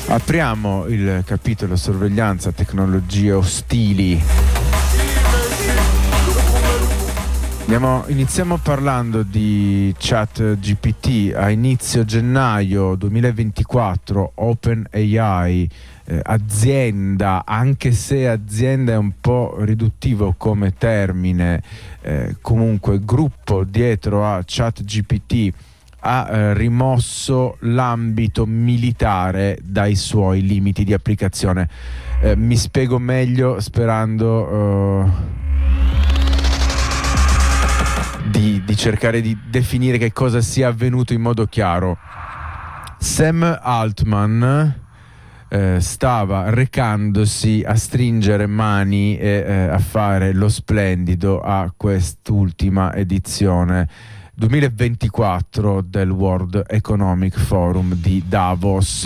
Apriamo il capitolo sorveglianza, tecnologie ostili. Iniziamo parlando di ChatGPT. A inizio gennaio 2024 OpenAI, azienda, anche se azienda è un po' riduttivo come termine, comunque gruppo dietro a ChatGPT, ha rimosso l'ambito militare dai suoi limiti di applicazione. Mi spiego meglio sperando di cercare di definire che cosa sia avvenuto in modo chiaro. Sam Altman stava recandosi a stringere mani e a fare lo splendido a quest'ultima edizione 2024 del World Economic Forum di Davos.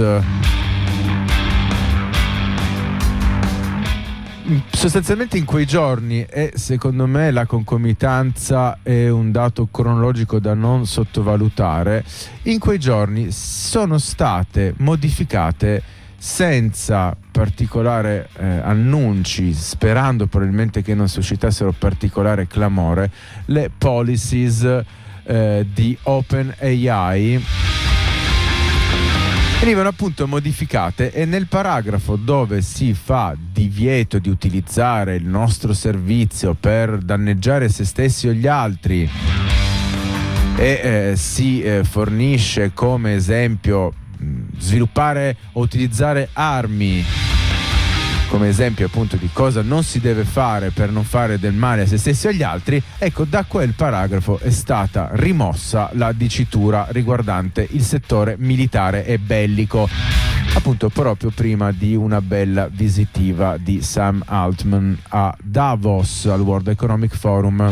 Sostanzialmente in quei giorni, e secondo me la concomitanza è un dato cronologico da non sottovalutare, in quei giorni sono state modificate senza particolare annunci, sperando probabilmente che non suscitassero particolare clamore, le policies di OpenAI. Venivano appunto modificate, e nel paragrafo dove si fa divieto di utilizzare il nostro servizio per danneggiare se stessi o gli altri e si fornisce come esempio sviluppare o utilizzare armi come esempio appunto di cosa non si deve fare per non fare del male a se stessi o agli altri, ecco, da quel paragrafo è stata rimossa la dicitura riguardante il settore militare e bellico, appunto proprio prima di una bella visitiva di Sam Altman a Davos al World Economic Forum.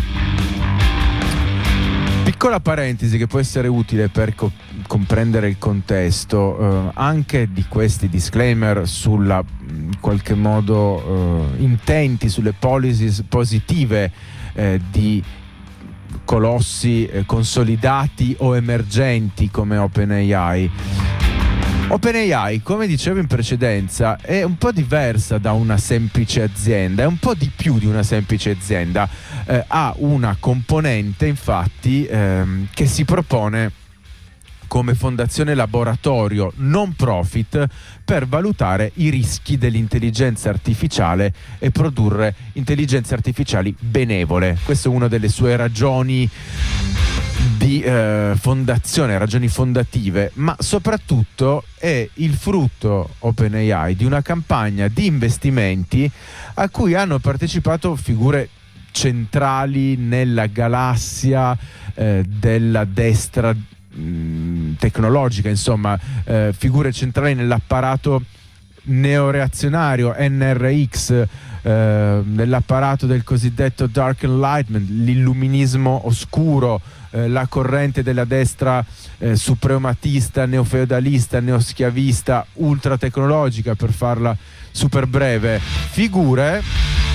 Piccola parentesi che può essere utile per comprendere il contesto anche di questi disclaimer sulla, in qualche modo, intenti sulle policies positive di colossi consolidati o emergenti come OpenAI. OpenAI, come dicevo in precedenza, è un po' diversa da una semplice azienda, è un po' di più di una semplice azienda. Ha una componente, infatti, che si propone come fondazione laboratorio non profit per valutare i rischi dell'intelligenza artificiale e produrre intelligenze artificiali benevole. Questa è una delle sue ragioni di fondazione, ragioni fondative, ma soprattutto è il frutto OpenAI di una campagna di investimenti a cui hanno partecipato figure centrali nella galassia della destra tecnologica, insomma, figure centrali nell'apparato neoreazionario NRX, nell'apparato del cosiddetto Dark Enlightenment, l'illuminismo oscuro, la corrente della destra suprematista, neofeudalista, neoschiavista, ultratecnologica, per farla super breve. Figure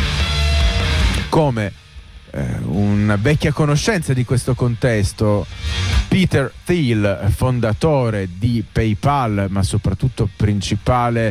come una vecchia conoscenza di questo contesto, Peter Thiel, fondatore di PayPal, ma soprattutto principale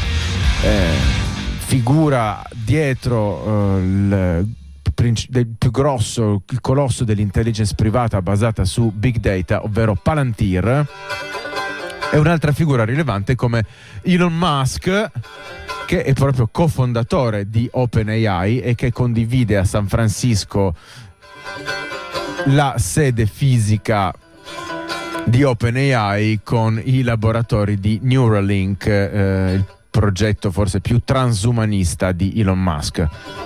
figura dietro il più grosso, il colosso dell'intelligence privata basata su big data, ovvero Palantir, e un'altra figura rilevante come Elon Musk, che è proprio cofondatore di OpenAI e che condivide a San Francisco la sede fisica di OpenAI con i laboratori di Neuralink, il progetto forse più transumanista di Elon Musk.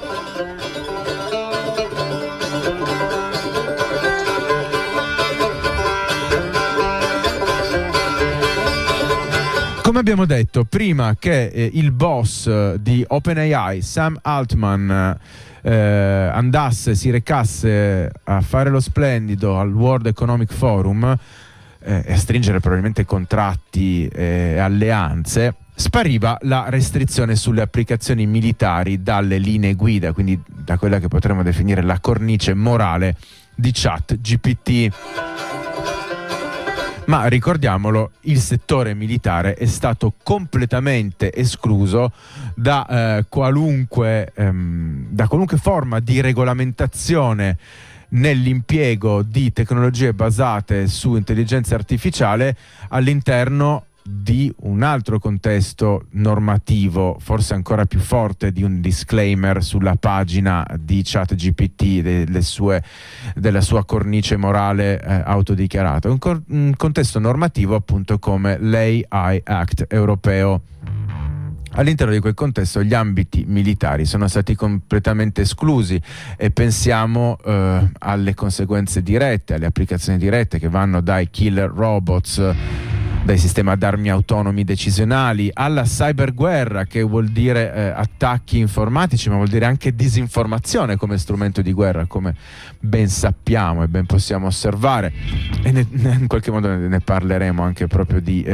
Come abbiamo detto, prima che il boss di OpenAI, Sam Altman, si recasse a fare lo splendido al World Economic Forum e a stringere probabilmente contratti e alleanze, spariva la restrizione sulle applicazioni militari dalle linee guida, quindi da quella che potremmo definire la cornice morale di ChatGPT. Ma ricordiamolo, il settore militare è stato completamente escluso da qualunque forma di regolamentazione nell'impiego di tecnologie basate su intelligenza artificiale all'interno di un altro contesto normativo, forse ancora più forte di un disclaimer sulla pagina di ChatGPT, della sua cornice morale autodichiarata, un contesto normativo appunto come l'AI Act europeo. All'interno di quel contesto gli ambiti militari sono stati completamente esclusi e pensiamo alle conseguenze dirette, alle applicazioni dirette che vanno dai killer robots, dai sistemi ad armi autonomi decisionali, alla cyberguerra, che vuol dire attacchi informatici, ma vuol dire anche disinformazione come strumento di guerra, come ben sappiamo e ben possiamo osservare, e in qualche modo ne parleremo anche proprio di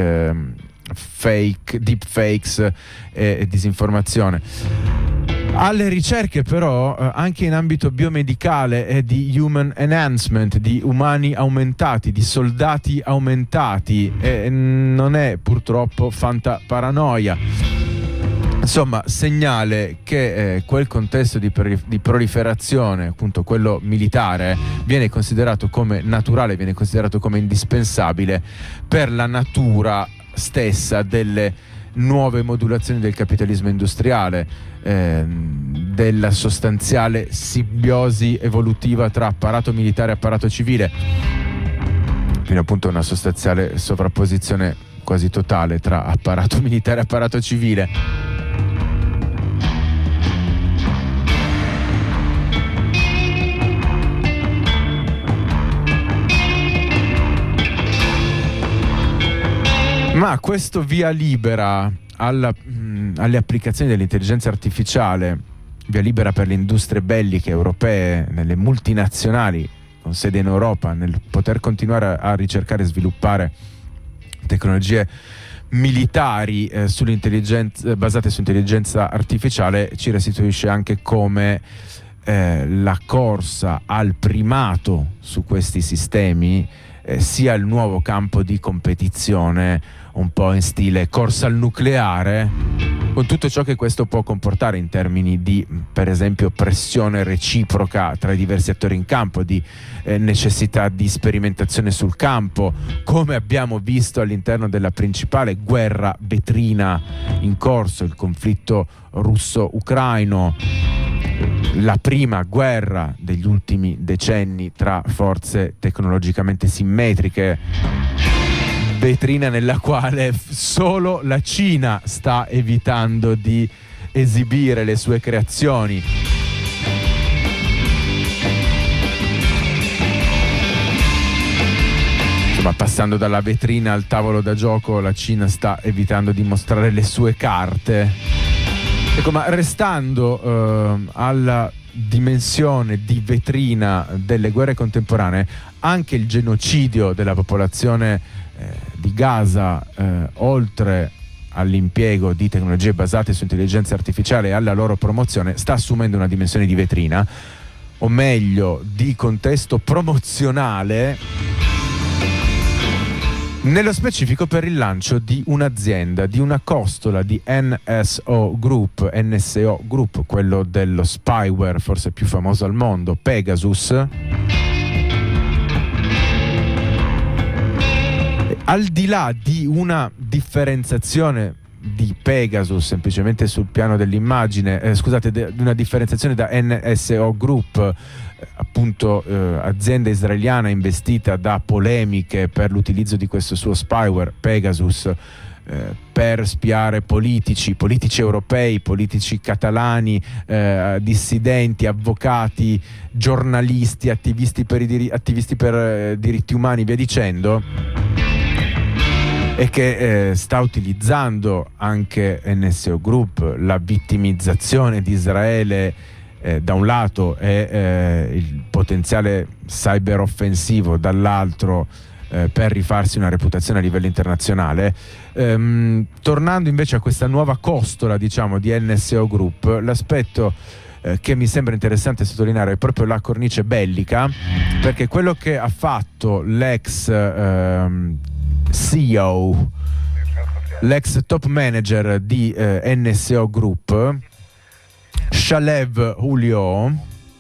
deepfakes e disinformazione. Alle ricerche però anche in ambito biomedicale e di human enhancement, di umani aumentati, di soldati aumentati, non è purtroppo fantaparanoia. Insomma, segnale che quel contesto di proliferazione, appunto quello militare, viene considerato come naturale, viene considerato come indispensabile per la natura stessa delle nuove modulazioni del capitalismo industriale, della sostanziale simbiosi evolutiva tra apparato militare e apparato civile, fino appunto a una sostanziale sovrapposizione quasi totale tra apparato militare e apparato civile. Ma questo via libera alle applicazioni dell'intelligenza artificiale, via libera per le industrie belliche europee, nelle multinazionali con sede in Europa, nel poter continuare a ricercare e sviluppare tecnologie militari basate su intelligenza artificiale, ci restituisce anche come la corsa al primato su questi sistemi sia il nuovo campo di competizione, un po' in stile corsa al nucleare, con tutto ciò che questo può comportare in termini di, per esempio, pressione reciproca tra i diversi attori in campo, di necessità di sperimentazione sul campo, come abbiamo visto all'interno della principale guerra vetrina in corso, il conflitto russo-ucraino, la prima guerra degli ultimi decenni tra forze tecnologicamente simmetriche, vetrina nella quale solo la Cina sta evitando di esibire le sue creazioni. Insomma, passando dalla vetrina al tavolo da gioco, la Cina sta evitando di mostrare le sue carte. Ecco, ma restando alla dimensione di vetrina delle guerre contemporanee, anche il genocidio della popolazione di Gaza, oltre all'impiego di tecnologie basate su intelligenza artificiale e alla loro promozione, sta assumendo una dimensione di vetrina, o meglio di contesto promozionale, nello specifico per il lancio di un'azienda, di una costola di NSO Group, quello dello spyware forse più famoso al mondo, Pegasus. Al di là di una differenziazione di Pegasus semplicemente sul piano dell'immagine, di una differenziazione da NSO Group, appunto azienda israeliana investita da polemiche per l'utilizzo di questo suo spyware Pegasus per spiare politici europei, politici catalani, dissidenti, avvocati, giornalisti, attivisti per diritti umani, via dicendo, e che sta utilizzando anche NSO Group la vittimizzazione di Israele da un lato e il potenziale cyber offensivo dall'altro per rifarsi una reputazione a livello internazionale. Tornando invece a questa nuova costola, diciamo, di NSO Group, l'aspetto che mi sembra interessante sottolineare è proprio la cornice bellica, perché quello che ha fatto l'ex CEO, l'ex top manager di NSO Group, Shalev Ulio,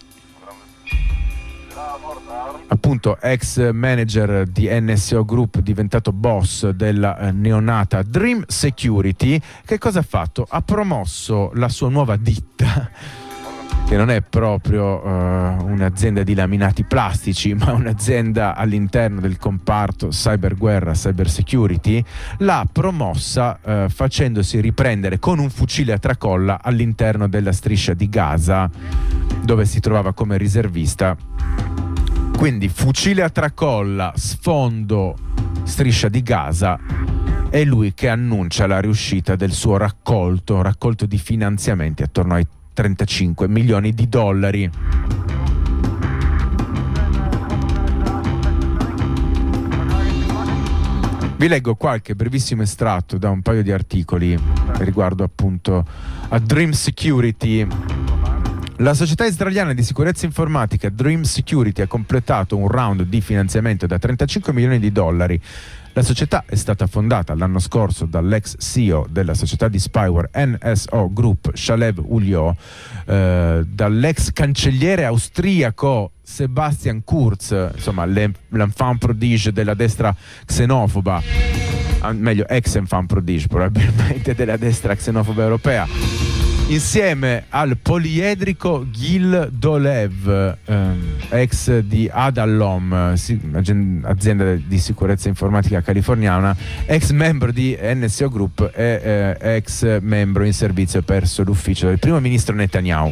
appunto ex manager di NSO Group, diventato boss della neonata Dream Security, che cosa ha fatto? Ha promosso la sua nuova ditta, che non è proprio un'azienda di laminati plastici, ma un'azienda all'interno del comparto cyberguerra, cyber security. L'ha promossa facendosi riprendere con un fucile a tracolla all'interno della striscia di Gaza, dove si trovava come riservista. Quindi fucile a tracolla, sfondo, striscia di Gaza. È lui che annuncia la riuscita del suo raccolto di finanziamenti attorno ai 35 milioni di dollari. Vi leggo qualche brevissimo estratto da un paio di articoli riguardo appunto a Dream Security. La società israeliana di sicurezza informatica Dream Security ha completato un round di finanziamento da 35 milioni di dollari. La società è stata fondata l'anno scorso dall'ex CEO della società di spyware NSO Group, Shalev Ulio, dall'ex cancelliere austriaco Sebastian Kurz, insomma l'enfant prodige della destra xenofoba, meglio ex enfant prodige probabilmente della destra xenofoba europea, insieme al poliedrico Gil Dolev, ex di Adallom, azienda di sicurezza informatica californiana, ex membro di NSO Group e ex membro in servizio presso l'ufficio del primo ministro Netanyahu.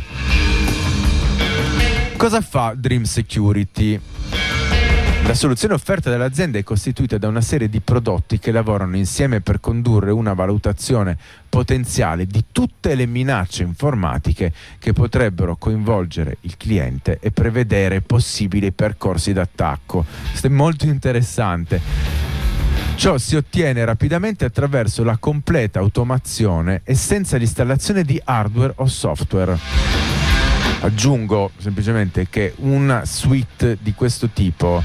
Cosa fa Dream Security? La soluzione offerta dall'azienda è costituita da una serie di prodotti che lavorano insieme per condurre una valutazione potenziale di tutte le minacce informatiche che potrebbero coinvolgere il cliente e prevedere possibili percorsi d'attacco. Questo è molto interessante. Ciò si ottiene rapidamente attraverso la completa automazione e senza l'installazione di hardware o software. Aggiungo semplicemente che una suite di questo tipo,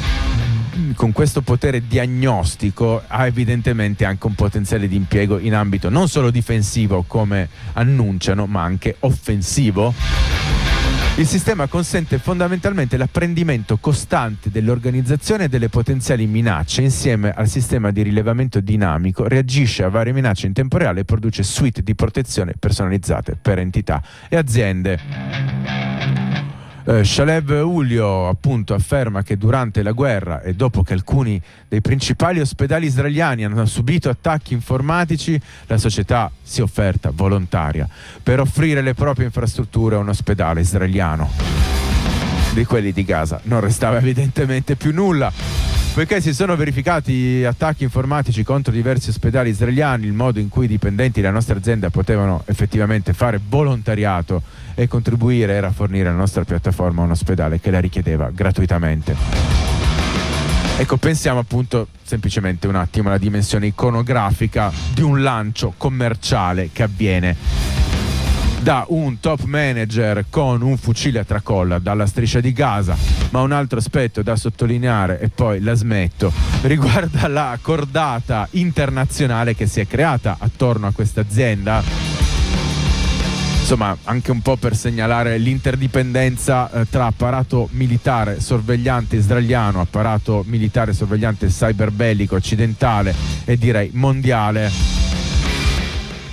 con questo potere diagnostico, ha evidentemente anche un potenziale di impiego in ambito non solo difensivo come annunciano, ma anche offensivo. Il sistema consente fondamentalmente l'apprendimento costante dell'organizzazione e delle potenziali minacce. Insieme al sistema di rilevamento dinamico reagisce a varie minacce in tempo reale e produce suite di protezione personalizzate per entità e aziende. Shalev Ulio appunto afferma che durante la guerra e dopo che alcuni dei principali ospedali israeliani hanno subito attacchi informatici, la società si è offerta volontaria per offrire le proprie infrastrutture a un ospedale israeliano. Di quelli di Gaza non restava evidentemente più nulla. Poiché si sono verificati attacchi informatici contro diversi ospedali israeliani, il modo in cui i dipendenti della nostra azienda potevano effettivamente fare volontariato e contribuire era fornire la nostra piattaforma a un ospedale che la richiedeva gratuitamente. Ecco, pensiamo appunto semplicemente un attimo alla dimensione iconografica di un lancio commerciale che avviene da un top manager con un fucile a tracolla dalla striscia di Gaza. Ma un altro aspetto da sottolineare, e poi la smetto, riguarda la cordata internazionale che si è creata attorno a questa azienda. Insomma, anche un po' per segnalare l'interdipendenza tra apparato militare sorvegliante israeliano, apparato militare sorvegliante cyberbellico occidentale e direi mondiale.